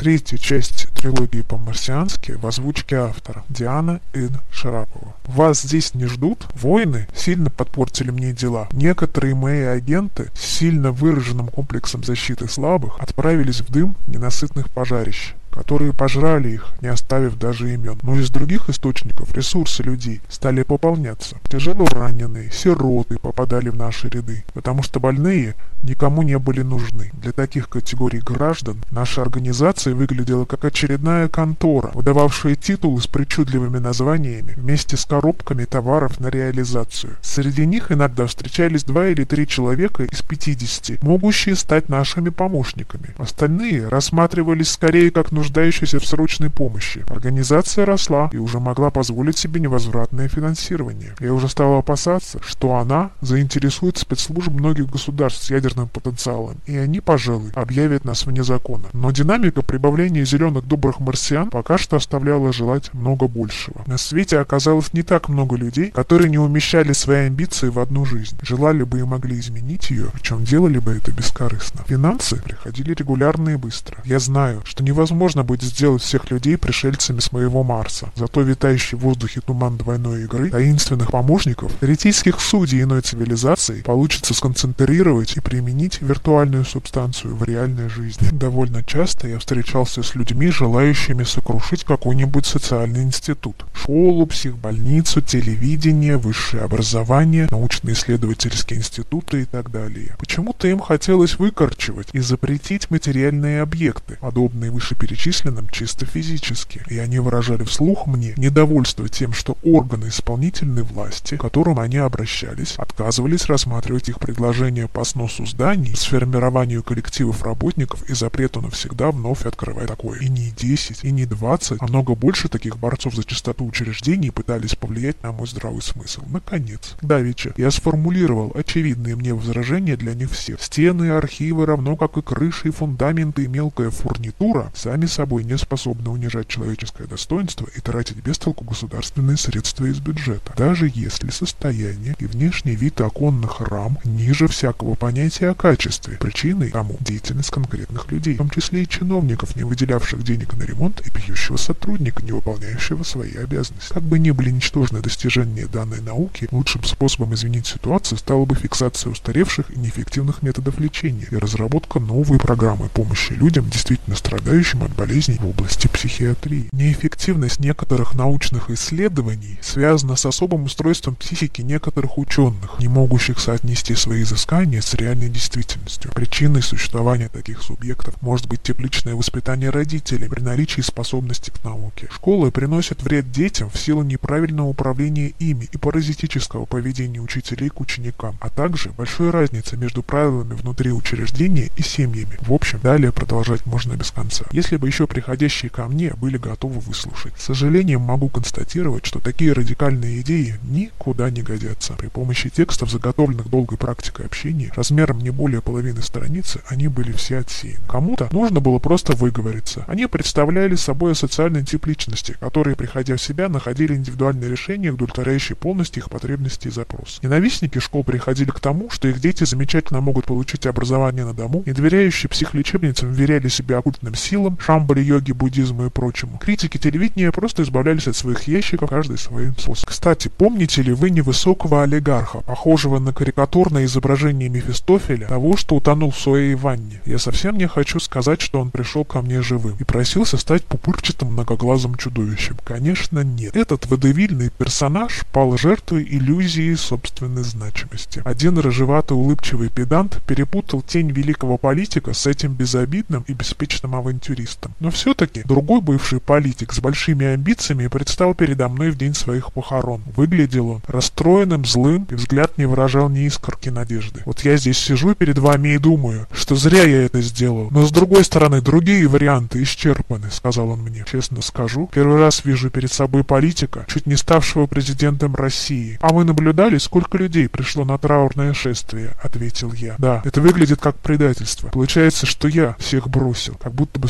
Третья часть трилогии по-марсиански в озвучке автора Диана Н. Шарапова. Вас здесь не ждут? Войны сильно подпортили мне дела. Некоторые мои агенты с сильно выраженным комплексом защиты слабых отправились в дым ненасытных пожарищ, которые пожрали их, не оставив даже имен. Но из других источников ресурсы людей стали пополняться. Тяжело раненые, сироты попадали в наши ряды, потому что больные никому не были нужны. Для таких категорий граждан наша организация выглядела как очередная контора, выдававшая титулы с причудливыми названиями вместе с коробками товаров на реализацию. Среди них иногда встречались 2 или 3 человека из 50, могущие стать нашими помощниками. Остальные рассматривались скорее как нуждающиеся в срочной помощи. Организация росла и уже могла позволить себе невозвратное финансирование. Я уже стал опасаться, что она заинтересует спецслужб многих государств с ядерным потенциалом, и они, пожалуй, объявят нас вне закона. Но динамика прибавления зеленых добрых марсиан пока что оставляла желать много большего. На свете оказалось не так много людей, которые не умещали свои амбиции в одну жизнь, желали бы и могли изменить ее, причем делали бы это бескорыстно. Финансы приходили регулярно и быстро. Я знаю, что невозможно будет сделать всех людей пришельцами с моего Марса, зато витающий в воздухе туман двойной игры, таинственных помощников, теоретических судей иной цивилизации получится сконцентрировать и применить виртуальную субстанцию в реальной жизни. Довольно часто я встречался с людьми, желающими сокрушить какой-нибудь социальный институт. Школу, психбольницу, телевидение, высшее образование, научно-исследовательские институты и так далее. Почему-то им хотелось выкорчевать и запретить материальные объекты, подобные вышеперечисленным чисто физически. И они выражали вслух мне недовольство тем, что органы исполнительной власти, к которым они обращались, отказывались рассматривать их предложения по сносу зданий, сформированию коллективов работников и запрету навсегда вновь открывать такое. И не 10, и не 20, а много больше таких борцов за чистоту учреждений пытались повлиять на мой здравый смысл. Наконец, давеча я сформулировал очевидные мне возражения для них всех. Стены и архивы, равно как и крыши, и фундаменты, и мелкая фурнитура, сами собой не способны унижать человеческое достоинство и тратить без толку государственные средства из бюджета. Даже если состояние и внешний вид оконных рам ниже всякого понятия о качестве, причиной тому деятельность конкретных людей, в том числе и чиновников, не выделявших денег на ремонт, и пьющего сотрудника, не выполняющего свои обязанности. Как бы ни были ничтожны достижения данной науки, лучшим способом изменить ситуацию стала бы фиксация устаревших и неэффективных методов лечения и разработка новой программы помощи людям, действительно страдающим от болезней в области психиатрии. Неэффективность некоторых научных исследований связана с особым устройством психики некоторых ученых, не могущих соотнести свои изыскания с реальной действительностью. Причиной существования таких субъектов может быть тепличное воспитание родителей при наличии способности к науке. Школы приносят вред детям в силу неправильного управления ими и паразитического поведения учителей к ученикам, а также большой разницы между правилами внутри учреждения и семьями. В общем, далее продолжать можно без конца. Если бы еще приходящие ко мне были готовы выслушать. С сожалением могу констатировать, что такие радикальные идеи никуда не годятся. При помощи текстов, заготовленных долгой практикой общения, размером не более половины страницы, они были все отсеяны. Кому-то нужно было просто выговориться. Они представляли собой социальный тип личности, которые, приходя в себя, находили индивидуальные решения, удовлетворяющие полностью их потребности и запросы. Ненавистники школ приходили к тому, что их дети замечательно могут получить образование на дому, и доверяющие психлечебницам веряли себе оккультным силам, шамбали, йоге, буддизму и прочему. Критики телевидения просто избавлялись от своих ящиков, каждый своим способом. Кстати, помните ли вы невысокого олигарха, похожего на карикатурное изображение Мефистофеля, того, что утонул в своей ванне? Я совсем не хочу сказать, что он пришел ко мне живым и просился стать пупырчатым многоглазым чудовищем. Конечно, нет. Этот водевильный персонаж пал жертвой иллюзии собственной значимости. Один рыжеватый улыбчивый педант перепутал тень великого политика с этим безобидным и беспечным авантюристом. Но все-таки другой бывший политик с большими амбициями предстал передо мной в день своих похорон. Выглядел он расстроенным, злым, и взгляд не выражал ни искорки надежды. Вот я здесь сижу перед вами и думаю, что зря я это сделал. Но с другой стороны, другие варианты исчерпаны, сказал он мне. Честно скажу, первый раз вижу перед собой политика, чуть не ставшего президентом России. А вы наблюдали, сколько людей пришло на траурное шествие? Ответил я. Да, это выглядит как предательство. Получается, что я всех бросил, как будто бы струсил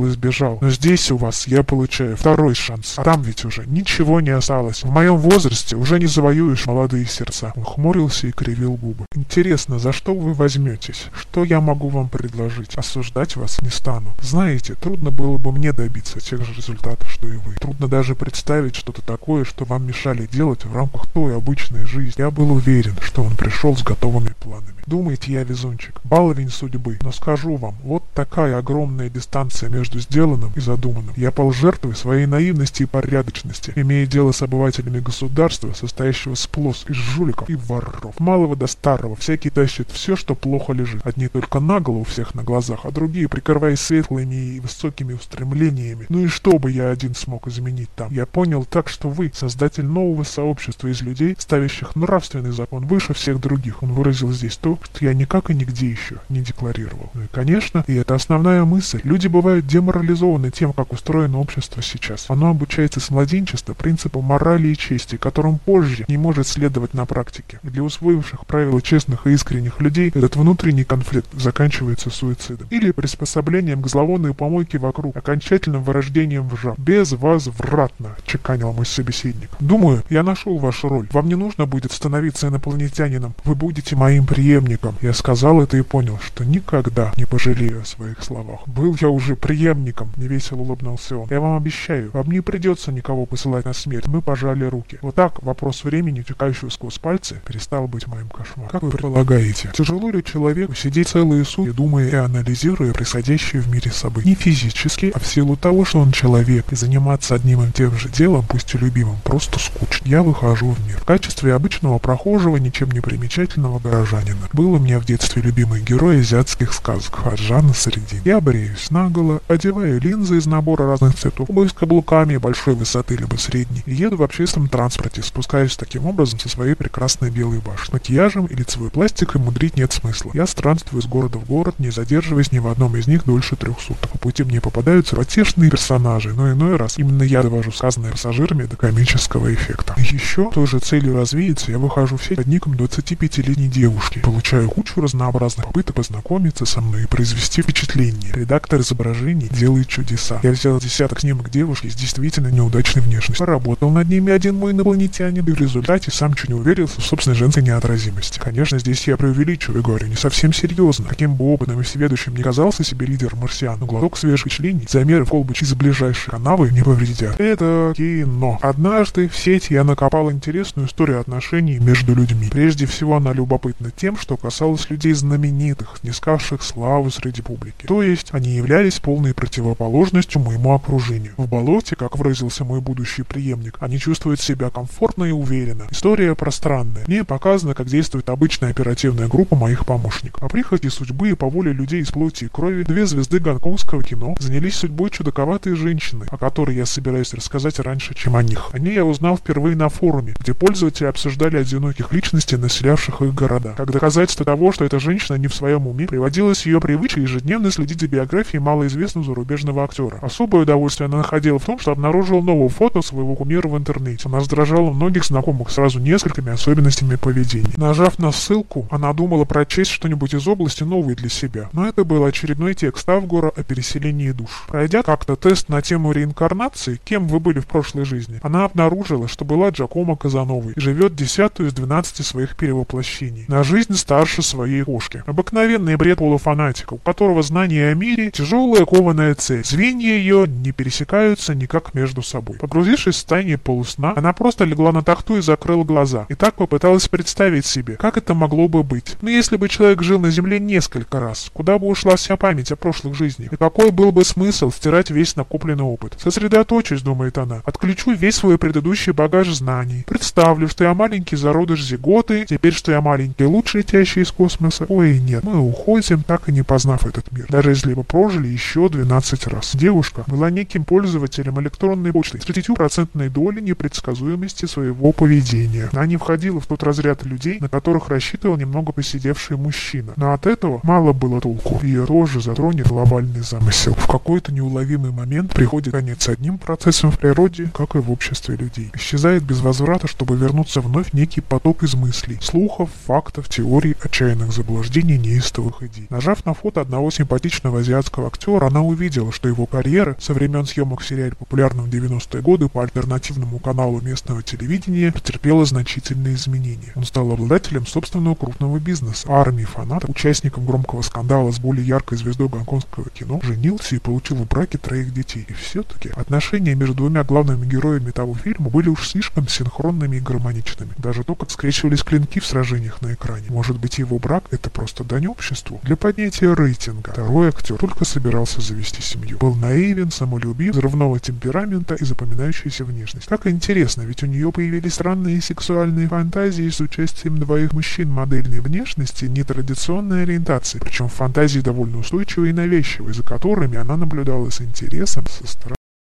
и сбежал. Но здесь у вас я получаю второй шанс. А там ведь уже ничего не осталось. В моем возрасте уже не завоюешь молодые сердца. Он хмурился и кривил губы. Интересно, за что вы возьметесь? Что я могу вам предложить? Осуждать вас не стану. Знаете, трудно было бы мне добиться тех же результатов, что и вы. Трудно даже представить что-то такое, что вам мешали делать в рамках той обычной жизни. Я был уверен, что он пришел с готовыми планами. Думаете, я везунчик, баловень судьбы, но скажу вам, вот такая огромная дистанция между сделанным и задуманным. Я пал жертвой своей наивности и порядочности, имея дело с обывателями государства, состоящего сплошь из жуликов и воров. Малого до старого, всякий тащит все, что плохо лежит. Одни только наголо у всех на глазах, а другие, прикрываясь светлыми и высокими устремлениями. Ну и что бы я один смог изменить там? Я понял так, что вы, создатель нового сообщества из людей, ставящих нравственный закон выше всех других. Он выразил здесь то, что я никак и нигде еще не декларировал. Ну и, конечно, и это основная мысль. Люди бывают деморализованы тем, как устроено общество сейчас. Оно обучается с младенчества принципу морали и чести, которым позже не может следовать на практике. И для усвоивших правила честных и искренних людей этот внутренний конфликт заканчивается суицидом. Или приспособлением к зловонной помойке вокруг, окончательным вырождением в жаб. Безвозвратно, чеканил мой собеседник. Думаю, я нашел вашу роль. Вам не нужно будет становиться инопланетянином. Вы будете моим преемником. Я сказал это и понял, что никогда не пожалею о своих словах. Был я уже преемником, невесело улыбнулся он. Я вам обещаю, вам не придется никого посылать на смерть. Мы пожали руки. Вот так вопрос времени, утекающего сквозь пальцы, перестал быть моим кошмаром. Как вы предполагаете, тяжело ли человеку сидеть целые сутки, думая и анализируя происходящее в мире событий? Не физически, а в силу того, что он человек, и заниматься одним и тем же делом, пусть и любимым, просто скучно. Я выхожу в мир в качестве обычного прохожего, ничем не примечательного горожанина. Был у меня в детстве любимый герой азиатских сказок Хаджа Насреддин. Я бреюсь наголо, одеваю линзы из набора разных цветов, обувь с каблуками большой высоты либо средней, и еду в общественном транспорте, спускаюсь таким образом со своей прекрасной белой башни. Макияжем и лицевой пластикой мудрить нет смысла. Я странствую из города в город, не задерживаясь ни в одном из них дольше 3 суток. По пути мне попадаются потешные персонажи, но иной раз именно я довожу сказанное пассажирами до комического эффекта. Еще той же целью развеяться я выхожу в сеть под ником 25-летней девушки, получаю кучу разнообразных попыток познакомиться со мной и произвести впечатление. Редактор изображений делает чудеса. Я взял десяток снимок девушки с действительно неудачной внешностью. Поработал над ними один мой инопланетянин, и в результате сам чуть не уверился в собственной женской неотразимости. Конечно, здесь я преувеличиваю, говорю не совсем серьезно. Каким бы опытным и всеведущим не казался себе лидер марсиан, но глоток свежих впечатлений, замеры в колбы из ближайшей канавы не повредят. Это кино. Однажды в сети я накопал интересную историю отношений между людьми. Прежде всего она любопытна тем, что касалось людей знаменитых, снискавших славу среди публики. То есть они являлись полной противоположностью моему окружению. В болоте, как выразился мой будущий преемник, они чувствуют себя комфортно и уверенно. История пространная. Мне показано, как действует обычная оперативная группа моих помощников. По прихоти судьбы и по воле людей из плоти и крови 2 звезды гонконгского кино занялись судьбой чудаковатой женщины, о которой я собираюсь рассказать раньше, чем о них. О ней я узнал впервые на форуме, где пользователи обсуждали одиноких личностей, населявших их города. Как доказательство того, что эта женщина не в своем уме, приводилась ее привычка ежедневно следить за биографией малоизвестного зарубежного актера. Особое удовольствие она находила в том, что обнаружила новое фото своего кумира в интернете. Она раздражала многих знакомых сразу несколькими особенностями поведения. Нажав на ссылку, она думала прочесть что-нибудь из области новой для себя. Но это был очередной текст Авгора о переселении душ. Пройдя как-то тест на тему реинкарнации, кем вы были в прошлой жизни, она обнаружила, что была Джакомо Казановой и живет 10-ю из 12 своих перевоплощений. На жизнь старше своей кошки. Обыкновенный бред полуфанатика, у которого знание о мире — тяжелая кованая цель. Звенья ее не пересекаются никак между собой. Погрузившись в состояние полусна, она просто легла на тахту и закрыла глаза. И так попыталась представить себе, как это могло бы быть. Но если бы человек жил на Земле несколько раз, куда бы ушла вся память о прошлых жизнях? И какой был бы смысл стирать весь накопленный опыт? Сосредоточусь, думает она, отключу весь свой предыдущий багаж знаний. Представлю, что я маленький зародыш зиготы, теперь, что я маленький луч, летящий из космоса. Ой, нет, мы уходим, так и не познав этот мир. Даже если бы прожили еще 12 раз. Девушка была неким пользователем электронной почты с 30% долей непредсказуемости своего поведения. Она не входила в тот разряд людей, на которых рассчитывал немного посидевший мужчина. Но от этого мало было толку. Ее тоже затронет глобальный замысел. В какой-то неуловимый момент приходит конец одним процессом в природе, как и в обществе людей. Исчезает без возврата, чтобы вернуться вновь некий поток из мыслей, слухов, фактов, теорий, отчаянных заблуждений, неистовых идей. Нажав на фото одного симпатичного азиатского актера, она увидела, что его карьера со времен съемок в сериале, популярном в 90-е годы по альтернативному каналу местного телевидения, претерпела значительные изменения. Он стал обладателем собственного крупного бизнеса, армии фанатов, участником громкого скандала с более яркой звездой гонконгского кино, женился и получил в браке 3 детей. И все-таки отношения между двумя главными героями того фильма были уж слишком синхронными и гармоничными. Даже то, как скрещивались клинки в сражениях на экране. Может быть, его брак — это просто дань обществу? Для поднятия рейтинга второй актер только собирался завести семью. Был наивен, самолюбив, взрывного темперамента и запоминающейся внешность. Как интересно, ведь у нее появились странные сексуальные фантазии с участием 2 мужчин модельной внешности нетрадиционной ориентации, причем фантазии довольно устойчивые и навязчивые, за которыми она наблюдала с интересом со стороны.